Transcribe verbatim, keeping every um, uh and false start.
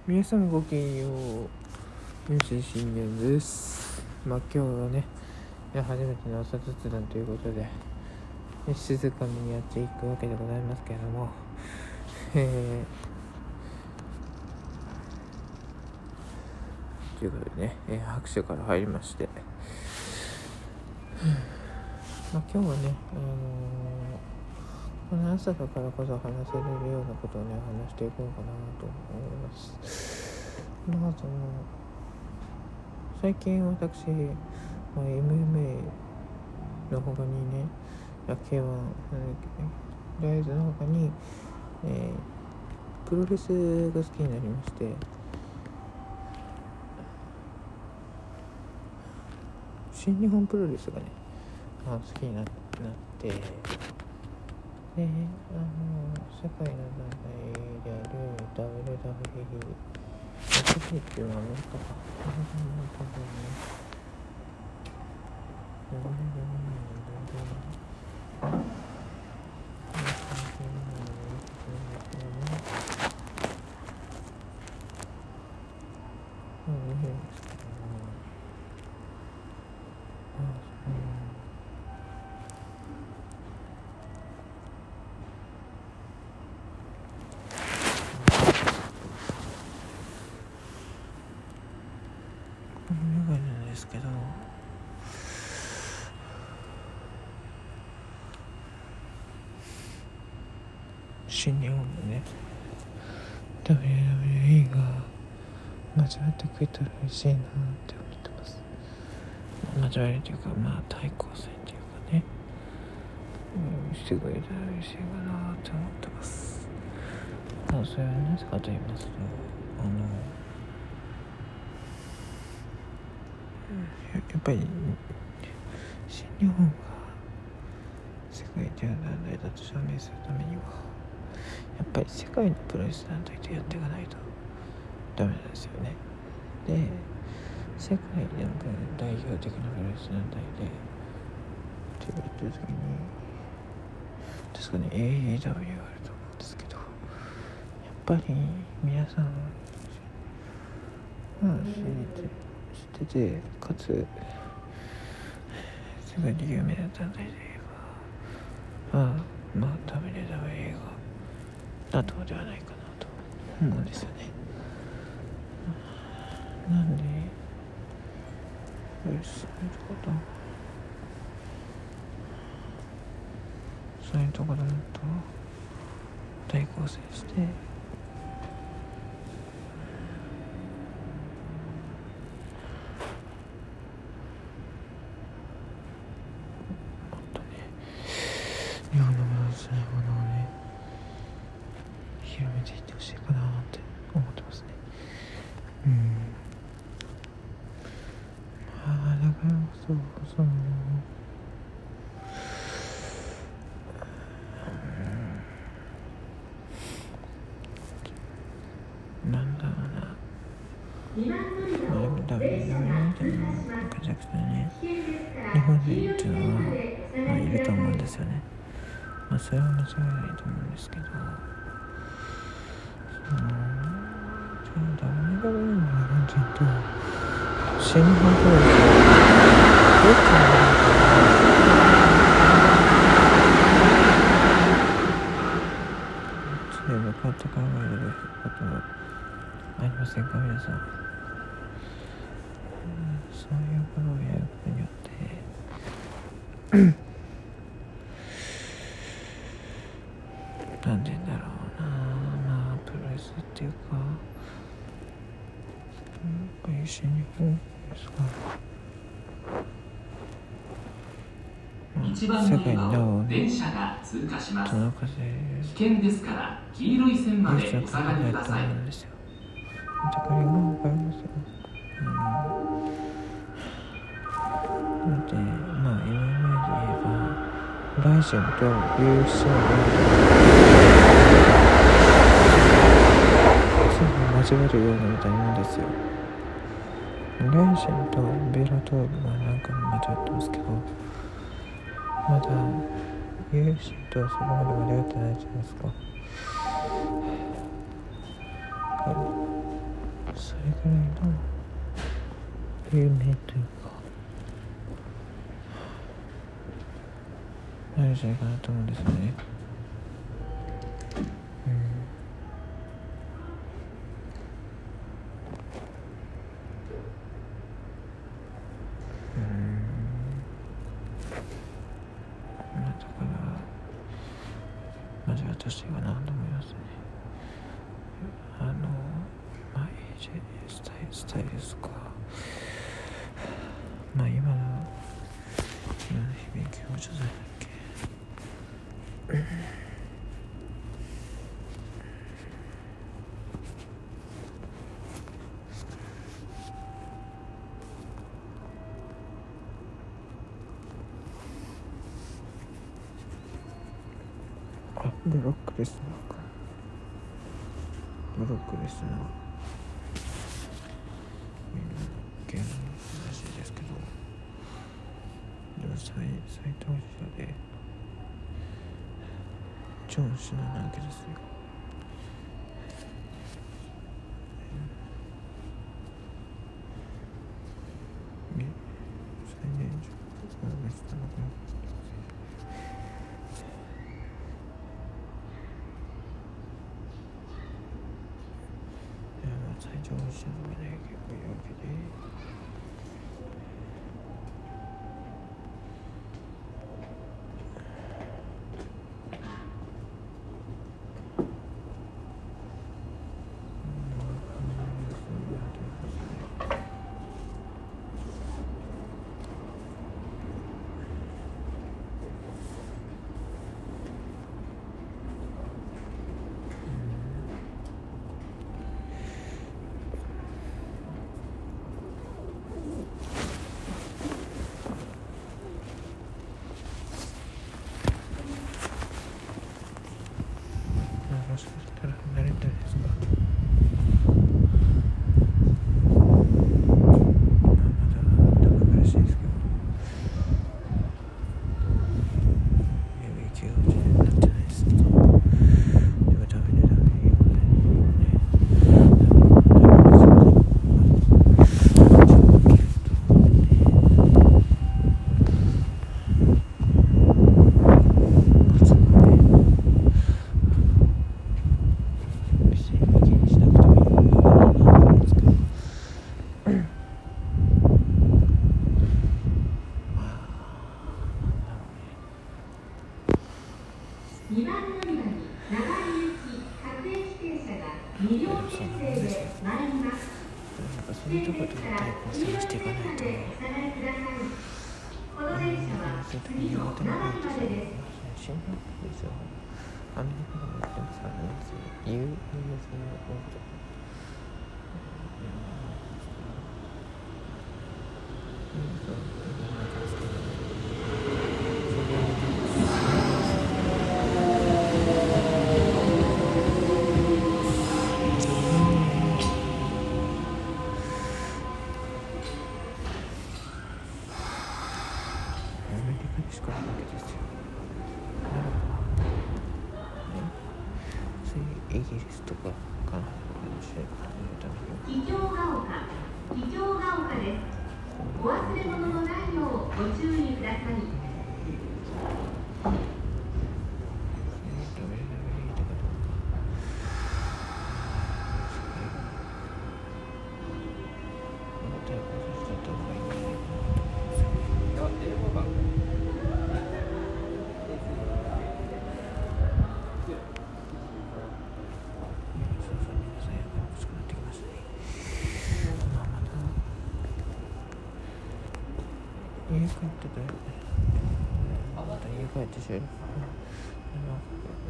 皆様ごきげんよう。無視信玄です。まあ今日はね、初めての朝雑談ということで、静かにやっていくわけでございますけれども、えー、ということでね、えー、拍手から入りまして、まあ今日はね、あのーこの朝だからこそ話せれるようなことをね話していこうかなと思います。まあその最近私、まあ、エムエムエー の他にね ケーワン ライズの他に、えー、プロレスが好きになりまして、新日本プロレスがね好きになってで、あの世界の団体である ダブリューダブリューイー ダブリューダブリューイー っていうのは何かか多分ねですけど、新日本のね ダブリューダブリューイー が間違ってくれたら嬉しいなって思ってます。間違えるというか、まあ対抗戦というかね、うん、してくれたら嬉しいかなって思ってます。まあそれはなぜかと言いますと、あのやっぱり新日本が世界一の団体だと証明するためにはやっぱり世界のプロレス団体とやっていかないとダメなんですよね。で、世界での代表的なプロレス団体でって言われてる時に確かに エーイーダブリュー あると思うんですけど、やっぱり皆さんまあ知って知っててかつ世界で有名な団体で言えばまあまあ ダブリューダブリューイー が妥当ではないかなと思うんですよね。なんでそういうことそういうところと対抗戦して日本のものじゃないものをね広めていってほしいかなって思ってますね。うんまあだからこそそのうんなんだろうな、まあでも ダブリューダブリューイー でもめちゃくちゃね日本人っていうのは、まあ、いると思うんですよね。まあそれは間違いないと思うんですけど、そのじゃあ ダブリューダブリューイー の日本人と新日本プロレスどっちがいいかな、向かって考えることはありませんか皆さん。そういうことをやることによってなんて言うんだろうな、まあプロレスっていうかやっぱり新日本ですか、 一番乗り場を電車が通過します。危険ですから黄色い線までお下がりください。 だから今わかりますよ。うん、なのでまあ エムエムエー で言えばライジンと ユーエフシー の全部間違えるようなみたいなもんですよ。ライジンとベラトールはなんか間違ってますけど、まだ ユーエフシー とはそこまで間違ってないじゃないですか。 それぐらいの有名というかなるんじゃないかなと思うんですよね。うんうんまあだからまず私は何と思いますね。あのまあ エージェー スタイルスタイルですか。まあ今の今の響きをちょっとだっけあブロックレスナーかブロックレスナー系の話ですけど、でも最最当事者でジョン・シナなわけですよ。ね、最年長のベストの子最上位者のね結構いるわけで、もしかしたら離れたいですか。まあまだ多分苦しいですけど、息が落ちになってないですけど、でもダメでダメでいいよね。 にばん乗り場に長井行き各駅停車がに両編成で参ります。 そういうところと対抗してしていかないと、 この電車は次の長井までです。 死んだんですよ。アメリカでもやってますからね。言う言うその多くとか。しかないわけですよ。ならば、ね、そういうイギリスとかカナダとかの試合のために議長が丘、議長が丘です。お忘れ物のないようご注意ください。 家帰ってたよね。また家帰ってしょ。